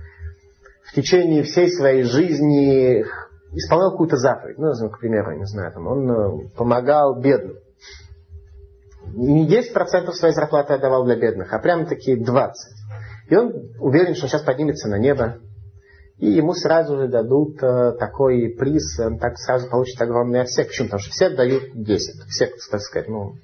в течение всей своей жизни исполнял какую-то заповедь. Ну, к примеру, я не знаю, там, он помогал бедным. Не десять процентов своей зарплаты отдавал для бедных, а прямо такие двадцать процентов. И он уверен, что он сейчас поднимется на небо, и ему сразу же дадут э, такой приз, он так сразу получит огромный отсек. Почему? Потому что все дают десять процентов. Все, так сказать, ну,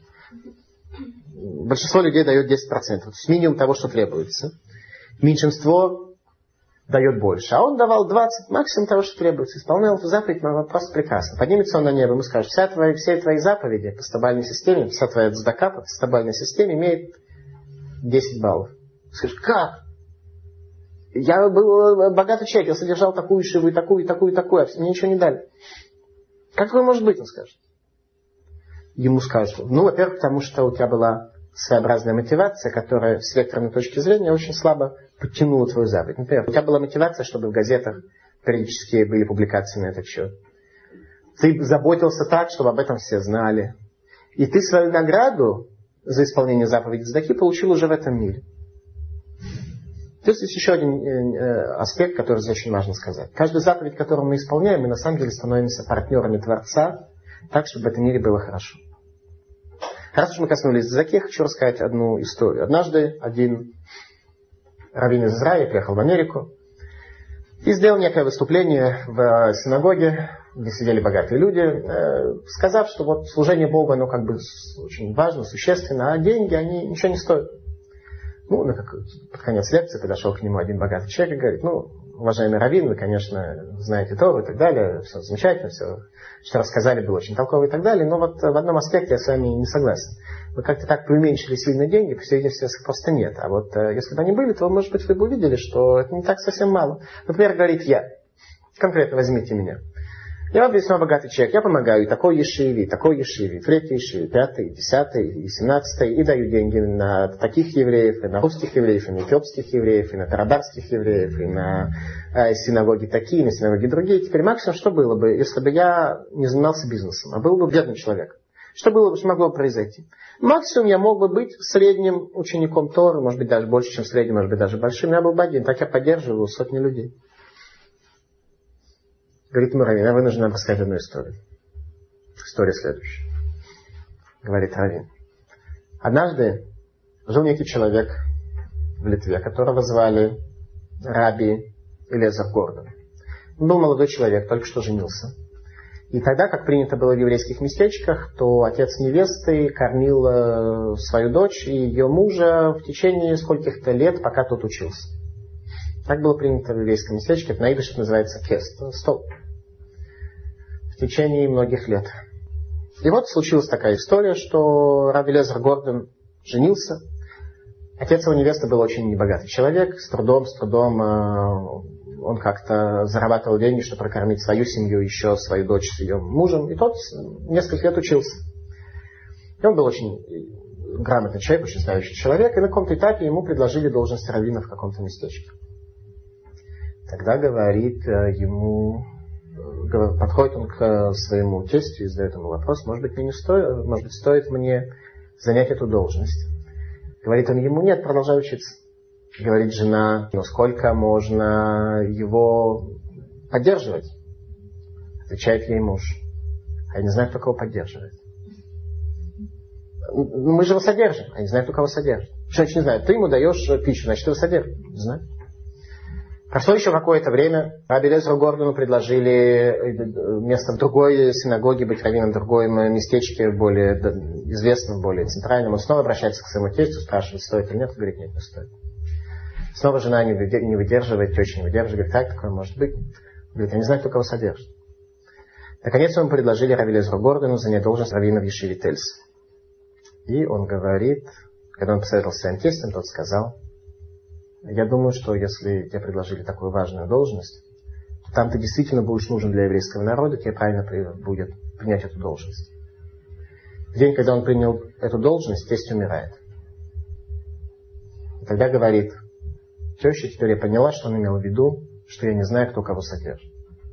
большинство людей дает десять процентов. То есть минимум того, что требуется. Меньшинство дает больше. А он давал двадцать процентов, максимум того, что требуется. Исполнял эту заповедь, просто прекрасно. Поднимется он на небо, ему скажут, вся твои, все твои заповеди по стабальной системе, вся твоя цдака по стабальной системе имеет десять баллов. Скажешь, как? Я был богатый человек, я содержал такую шиву и такую, и такую, и такую, а мне ничего не дали. Как такое может быть, он скажет? Ему скажут, ну, во-первых, потому что у тебя была своеобразная мотивация, которая с векторной точки зрения очень слабо подтянула твою заповедь. Например, у тебя была мотивация, чтобы в газетах периодически были публикации на этот счет. Ты заботился так, чтобы об этом все знали. И ты свою награду за исполнение заповеди цдаки получил уже в этом мире. То есть есть еще один аспект, который здесь очень важно сказать. Каждую заповедь, которую мы исполняем, мы на самом деле становимся партнерами Творца, так, чтобы в этом мире было хорошо. Раз уж мы коснулись цдаки, я хочу рассказать одну историю. Однажды один раввин из Израиля приехал в Америку и сделал некое выступление в синагоге, где сидели богатые люди, сказав, что вот служение Богу, оно как бы очень важно, существенно, а деньги, они ничего не стоят. Ну, на как, под конец лекции подошел к нему один богатый человек и говорит, ну, уважаемый раввин, вы, конечно, знаете Тору и так далее, все замечательно, все, что рассказали, было очень толково и так далее, но вот в одном аспекте я с вами не согласен. Вы как-то так преуменьшили сильно деньги, по всей видимости, просто нет. А вот если бы они были, то, может быть, вы бы увидели, что это не так совсем мало. Например, говорит я, конкретно возьмите меня. Я вот весьма богатый человек, я помогаю и такой ешиве, и такой ешиве, и третий ешиве, и пятый, и десятый, и семнадцатый, и даю деньги на таких евреев, и на русских евреев, и на эфиопских евреев, и на тарадарских евреев, и на э, синагоги такие, и на синагоги другие. Теперь максимум, что было бы, если бы я не занимался бизнесом, а был бы бедный человек? Что было бы, что могло бы произойти? Максимум я мог бы быть средним учеником Торы, может быть, даже больше, чем средним, может быть, даже большим. Я был бы один, так я поддерживаю сотни людей. Говорит ему раввин, я вынужден вам рассказать одну историю. История следующая. Говорит раввин. Однажды жил некий человек в Литве, которого звали Раби Элиэзер Гордон. Он был молодой человек, только что женился. И тогда, как принято было в еврейских местечках, то отец невесты кормил свою дочь и ее мужа в течение скольких-то лет, пока тот учился. Так было принято в еврейском местечке. Это на идыше называется кест, стол. В течение многих лет. И вот случилась такая история, что Раби Элиэзер Гордон женился. Отец его невесты был очень небогатый человек. С трудом, с трудом он как-то зарабатывал деньги, чтобы прокормить свою семью, еще свою дочь с ее мужем. И тот несколько лет учился. И он был очень грамотный человек, очень знающий человек. И на каком-то этапе ему предложили должность раввина в каком-то местечке. Тогда говорит ему, подходит он к своему тестю и задает ему вопрос, может быть, мне не стоит, может быть, стоит мне занять эту должность. Говорит он ему, нет, продолжай учиться. Говорит жена, ну сколько можно его поддерживать? Отвечает ей муж, а я не знаю, кто кого поддерживает. Мы же его содержим, а я не знаю, кто кого содержит. Что значит не знаю? Ты ему даешь пищу, значит, ты его содержишь. Не знаю. Прошло еще какое-то время, Раби Элиэзеру Гордону предложили место в другой синагоге, быть раввином в другом местечке, более известном, более центральном. Он снова обращается к своему тестю, спрашивает, стоит или нет, он говорит, нет, не стоит. Снова жена не выдерживает, теща не выдерживает, говорит, как такое может быть? Он говорит, я не знаю, кто кого содержит. Наконец ему предложили Раби Элиэзеру Гордону занять должность раввина в Ешиве Тельс. И он говорит, когда он посоветовал с своим тестем, тот сказал, я думаю, что если тебе предложили такую важную должность, то там ты действительно будешь нужен для еврейского народа, тебе правильно будет принять эту должность. В день, когда он принял эту должность, тесть умирает. И тогда говорит, теща, теперь я поняла, что он имел в виду, что я не знаю, кто кого содержит.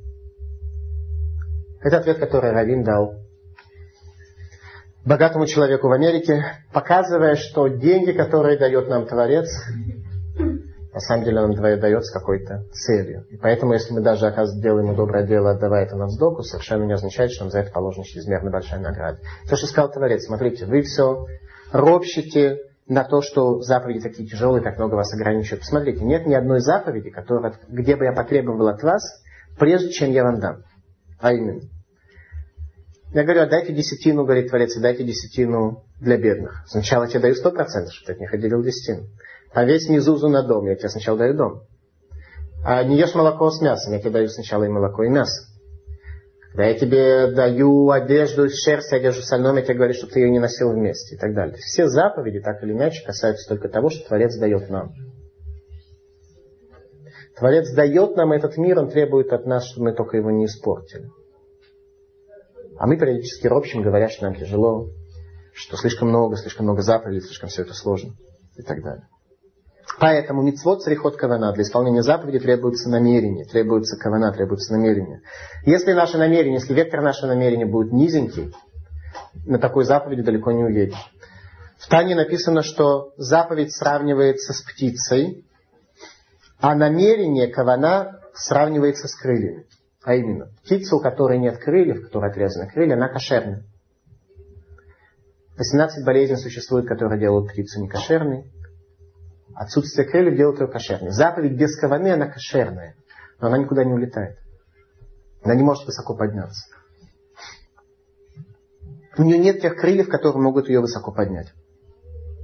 Это ответ, который раввин дал богатому человеку в Америке, показывая, что деньги, которые дает нам Творец, на самом деле он дает с какой-то целью. И поэтому, если мы даже, оказывается, делаем ему доброе дело, отдавая это на вздоху, совершенно не означает, что нам за это положена чрезмерно большая награда. То, что сказал Творец, смотрите, вы все ропщите на то, что заповеди такие тяжелые, так много вас ограничивают. Посмотрите, нет ни одной заповеди, которая, где бы я потребовал от вас, прежде чем я вам дам. А именно. Я говорю, отдайте десятину, говорит Творец, дайте десятину для бедных. Сначала я тебе даю сто процентов, чтобы ты от них отделил десятину. Повесь мезузу на дом, я тебе сначала даю дом. А не ешь молоко с мясом, я тебе даю сначала и молоко, и мясо. Когда я тебе даю одежду из шерсти, одежду сольном, я тебе говорю, чтобы ты ее не носил вместе и так далее. Все заповеди, так или иначе, касаются только того, что Творец дает нам. Творец дает нам этот мир, он требует от нас, чтобы мы только его не испортили. А мы периодически ропщим, говоря, что нам тяжело, что слишком много, слишком много заповедей, слишком все это сложно и так далее. Поэтому мицвот црихот кавана. Для исполнения заповеди требуется намерение, требуется кавана, требуется намерение. Если наше намерение, если вектор нашего намерения будет низенький, на такой заповеди далеко не уедешь. В Тане написано, что заповедь сравнивается с птицей, а намерение кавана сравнивается с крыльями. А именно, птица, у которой нет крыльев, у которой отрезаны крылья, она кошерная. восемнадцать болезней существует, которые делают птицу некошерной. Отсутствие крыльев делает ее кошерной. Заповедь без каваны, она кошерная, но она никуда не улетает. Она не может высоко подняться. У нее нет тех крыльев, которые могут ее высоко поднять.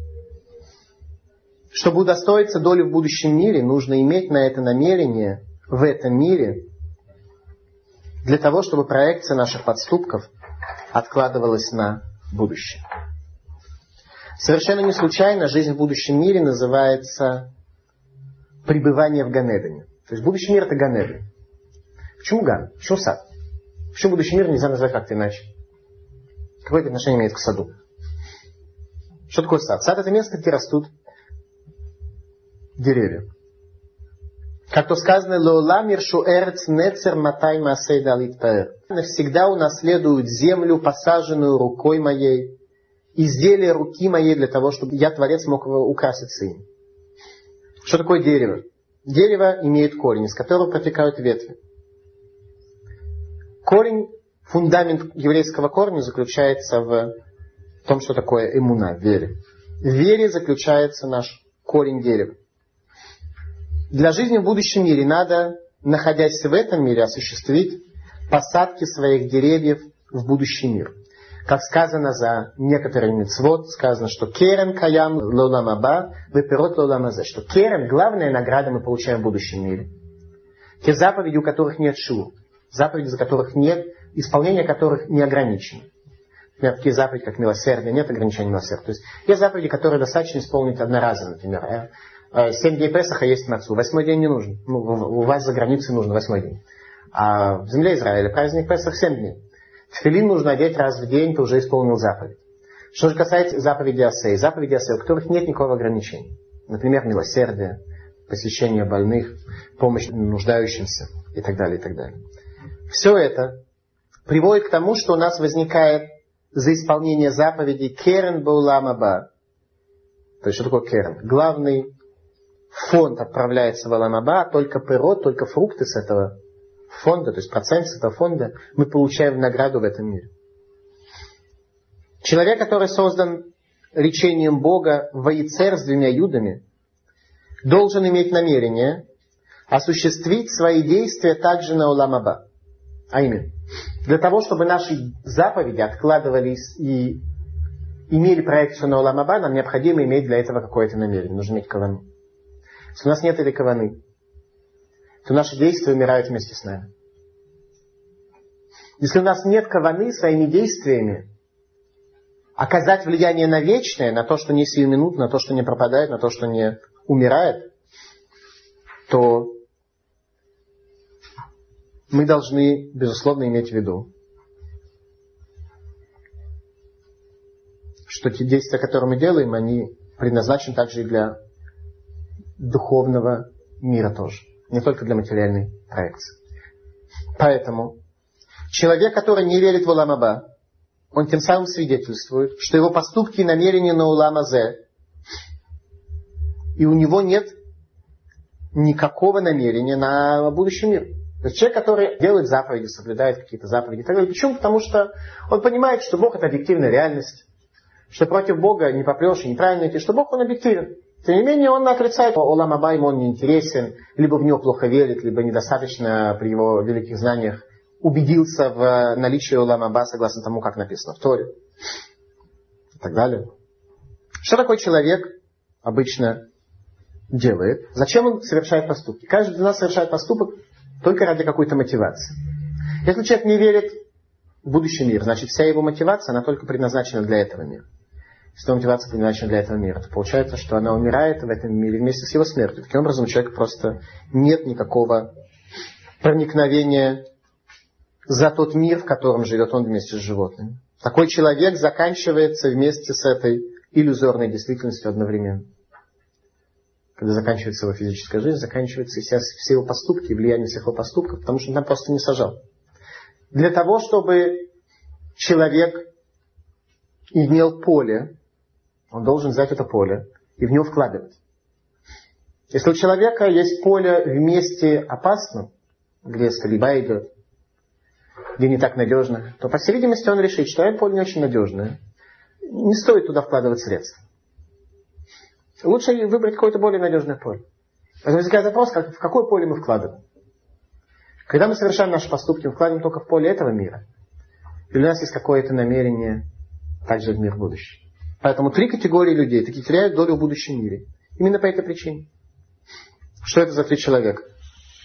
Чтобы удостоиться доли в будущем мире, нужно иметь на это намерение в этом мире для того, чтобы проекция наших поступков откладывалась на будущее. Совершенно не случайно жизнь в будущем мире называется пребывание в Ганедане. То есть будущий мир — это Ганеден. Почему Ган? Почему сад? Почему будущий мир нельзя назвать как-то иначе? Какое это отношение имеет к саду? Что такое сад? Сад — это место, где растут деревья. Как то сказано, «Лола миршу эрц нецер матай масей далит пэр». Навсегда унаследуют землю, посаженную рукой моей, изделие руки моей для того, чтобы я, Творец, мог украситься им. Что такое дерево? Дерево имеет корень, из которого протекают ветви. Корень, фундамент еврейского корня заключается в том, что такое эмуна, в вере. В вере заключается наш корень дерева. Для жизни в будущем мире надо, находясь в этом мире, осуществить посадки своих деревьев в будущий мир. Как сказано за некоторыми мицвот, сказано, что керен каям лолам аба, веперот лолам азе, что керен, главная награда мы получаем в будущем мире. Те заповеди, у которых нет шур, заповеди, за которых нет, исполнение которых не ограничено. Например, такие заповеди, как милосердие, нет ограничений милосердия. То есть есть заповеди, которые достаточно исполнить одноразово, например. Семь дней Песаха есть мацу, восьмой день не нужен. Ну, у вас за границей нужен восьмой день. А в земле Израиля праздник Песах семь дней. Тфилин нужно одеть раз в день, ты уже исполнил заповедь. Что же касается заповеди Осей, заповеди Осей, у которых нет никакого ограничения. Например, милосердие, посещение больных, помощь нуждающимся и так далее, и так далее. Все это приводит к тому, что у нас возникает за исполнение заповедей керен баулам аба. То есть, что такое керен? Главный фонд отправляется в Олам аба, только пирот, только фрукты с этого фонда, то есть процент с этого фонда, мы получаем в награду в этом мире. Человек, который создан речением Бога ваицер с двумя юдами, должен иметь намерение осуществить свои действия также на Олам аба. А именно, для того, чтобы наши заповеди откладывались и имели проекцию на Олам аба, нам необходимо иметь для этого какое-то намерение. Нужно иметь кавану. Если у нас нет этой каваны, то наши действия умирают вместе с нами. Если у нас нет каваны, своими действиями оказать влияние на вечное, на то, что не сиюминутно, на то, что не пропадает, на то, что не умирает, то мы должны, безусловно, иметь в виду, что те действия, которые мы делаем, они предназначены также и для духовного мира тоже. Не только для материальной проекции. Поэтому человек, который не верит в Олам аба, он тем самым свидетельствует, что его поступки и намерения на Олам азе, и у него нет никакого намерения на будущий мир. То есть человек, который делает заповеди, соблюдает какие-то заповеди и так далее. Почему? Потому что он понимает, что Бог — это объективная реальность, что против Бога не попрешь и неправильно идти, что Бог, он объективен. Тем не менее, он отрицает, что Олам аба ему он не интересен, либо в него плохо верит, либо недостаточно при его великих знаниях убедился в наличии Олам аба, согласно тому, как написано в Торе. И так далее. Что такой человек обычно делает? Зачем он совершает поступки? Каждый из нас совершает поступок только ради какой-то мотивации. Если человек не верит в будущий мир, значит вся его мотивация, она только предназначена для этого мира. Если мотивация предназначена для этого мира, то получается, что она умирает в этом мире вместе с его смертью. Таким образом, у человека просто нет никакого проникновения за тот мир, в котором живет он вместе с животными. Такой человек заканчивается вместе с этой иллюзорной действительностью одновременно. Когда заканчивается его физическая жизнь, заканчиваются все, все его поступки, влияние всех его поступков, потому что он там просто не сажал. Для того, чтобы человек имел поле, он должен взять это поле и в него вкладывать. Если у человека есть поле в месте опасном, где стрельба идет, где не так надежно, то, по всей видимости, он решит, что это поле не очень надежное. Не стоит туда вкладывать средства. Лучше выбрать какое-то более надежное поле. Поэтому возникает вопрос, как, в какое поле мы вкладываем. Когда мы совершаем наши поступки, мы вкладываем только в поле этого мира. Или у нас есть какое-то намерение также в мир будущий. Поэтому три категории людей такие теряют долю в будущем мире. Именно по этой причине. Что это за три человека?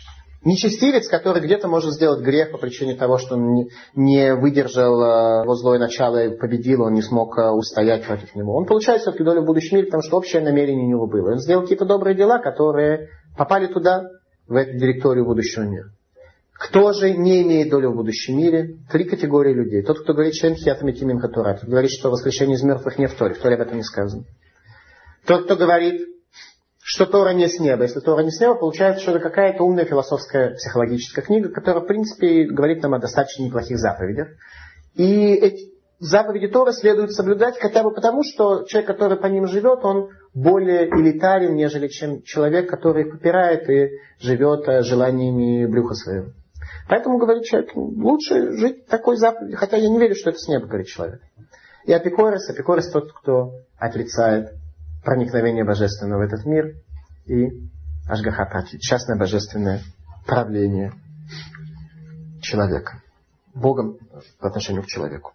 Нечестивец, который где-то может сделать грех по причине того, что он не выдержал его злое начало и победил, он не смог устоять против него. Он получает все-таки долю в будущем мире, потому что общее намерение у него было. Он сделал какие-то добрые дела, которые попали туда, в эту директорию будущего мира. Кто же не имеет долю в будущем мире? Три категории людей. Тот, кто говорит, что энхиатамитимим хатурат, говорит, что воскрешение из мертвых не в Торе. В Торе об этом не сказано. Тот, кто говорит, что Тора не с неба. Если Тора не с неба, получается, что это какая-то умная философская психологическая книга, которая, в принципе, говорит нам о достаточно неплохих заповедях. И эти заповеди Торы следует соблюдать хотя бы потому, что человек, который по ним живет, он более элитарен, нежели чем человек, который их попирает и живет желаниями брюха своего. Поэтому, говорит человек, лучше жить такой заповедью, хотя я не верю, что это с неба, говорит человек. И апикорес, апикорес тот, кто отрицает проникновение божественного в этот мир и ашгаха-прати, частное божественное правление человека, Богом по отношению к человеку.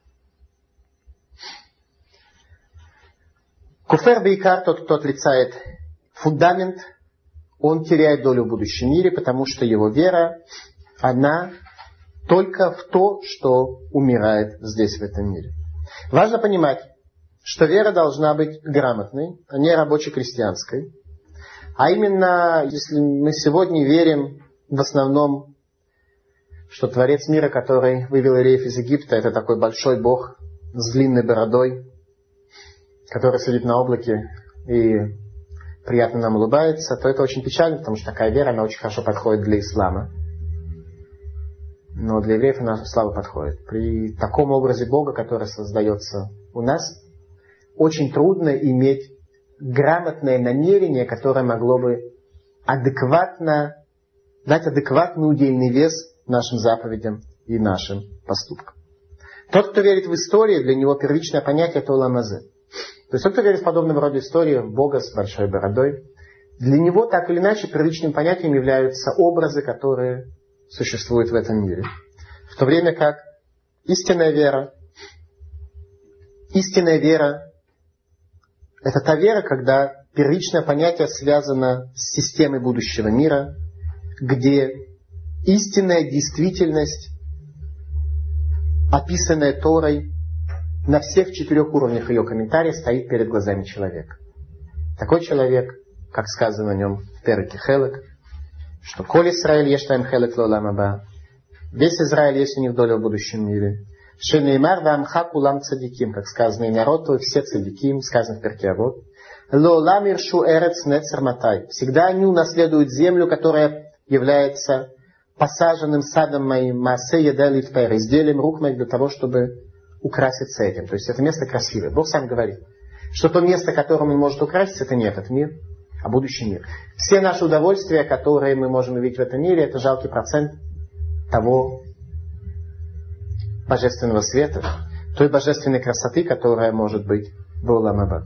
Куфер бейкар, тот, кто отрицает фундамент, он теряет долю в будущем мире, потому что его вера, она только в то, что умирает здесь, в этом мире. Важно понимать, что вера должна быть грамотной, а не рабоче-крестьянской. А именно, если мы сегодня верим в основном, что Творец мира, который вывел евреев из Египта, это такой большой Бог с длинной бородой, который сидит на облаке и приятно нам улыбается, то это очень печально, потому что такая вера, она очень хорошо подходит для ислама. Но для евреев она слабо подходит. При таком образе Бога, который создается у нас, очень трудно иметь грамотное намерение, которое могло бы адекватно дать адекватный удельный вес нашим заповедям и нашим поступкам. Тот, кто верит в историю, для него первичное понятие это уламазе. То есть тот, кто верит в подобного рода историю Бога с большой бородой, для него так или иначе первичным понятием являются образы, которые существуют в этом мире. В то время как истинная вера, истинная вера это та вера, когда первичное понятие связано с системой будущего мира, где истинная действительность, описанная Торой, на всех четырех уровнях ее комментария стоит перед глазами человека. Такой человек, как сказано о нем в Переке Хелек, что «Коль Исраэль ештаем хелек лолам аба», весь Израиль есть у них доля в будущем мире. Шенеймар вамха кулам цадиким, как сказано, и народ твой все цадиким, сказано в Перке Авот. Лолам иршу эрец нецер матай. Всегда они унаследуют землю, которая является посаженным садом моим, маасе едалит пэр, изделием рук моих для того, чтобы украситься этим. То есть это место красивое. Бог сам говорит, что то место, которым он может украситься, это не этот мир, а будущий мир. Все наши удовольствия, которые мы можем увидеть в этом мире, это жалкий процент того божественного света, той божественной красоты, которая может быть в Олам Аба.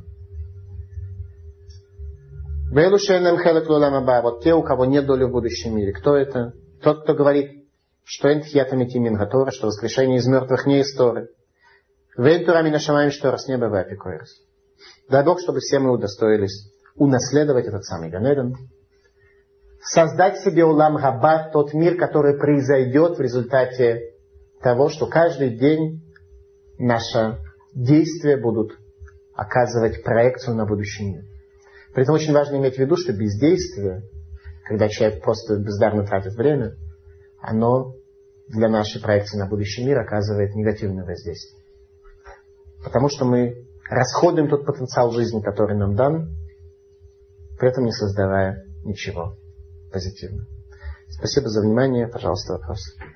Вот те, у кого нет доли в будущем мире. Кто это? Тот, кто говорит, что энтхиатамитимин гатора, что воскрешение из мертвых не из Торы. Вентурами нашамаем, что раз неба вапикоэрс. Дай Бог, чтобы все мы удостоились унаследовать этот самый Ганеден. Создать себе улам габа, тот мир, который произойдет в результате того, что каждый день наши действия будут оказывать проекцию на будущий мир. При этом очень важно иметь в виду, что бездействие, когда человек просто бездарно тратит время, оно для нашей проекции на будущий мир оказывает негативное воздействие. Потому что мы расходуем тот потенциал жизни, который нам дан, при этом не создавая ничего позитивного. Спасибо за внимание. Пожалуйста, вопросы.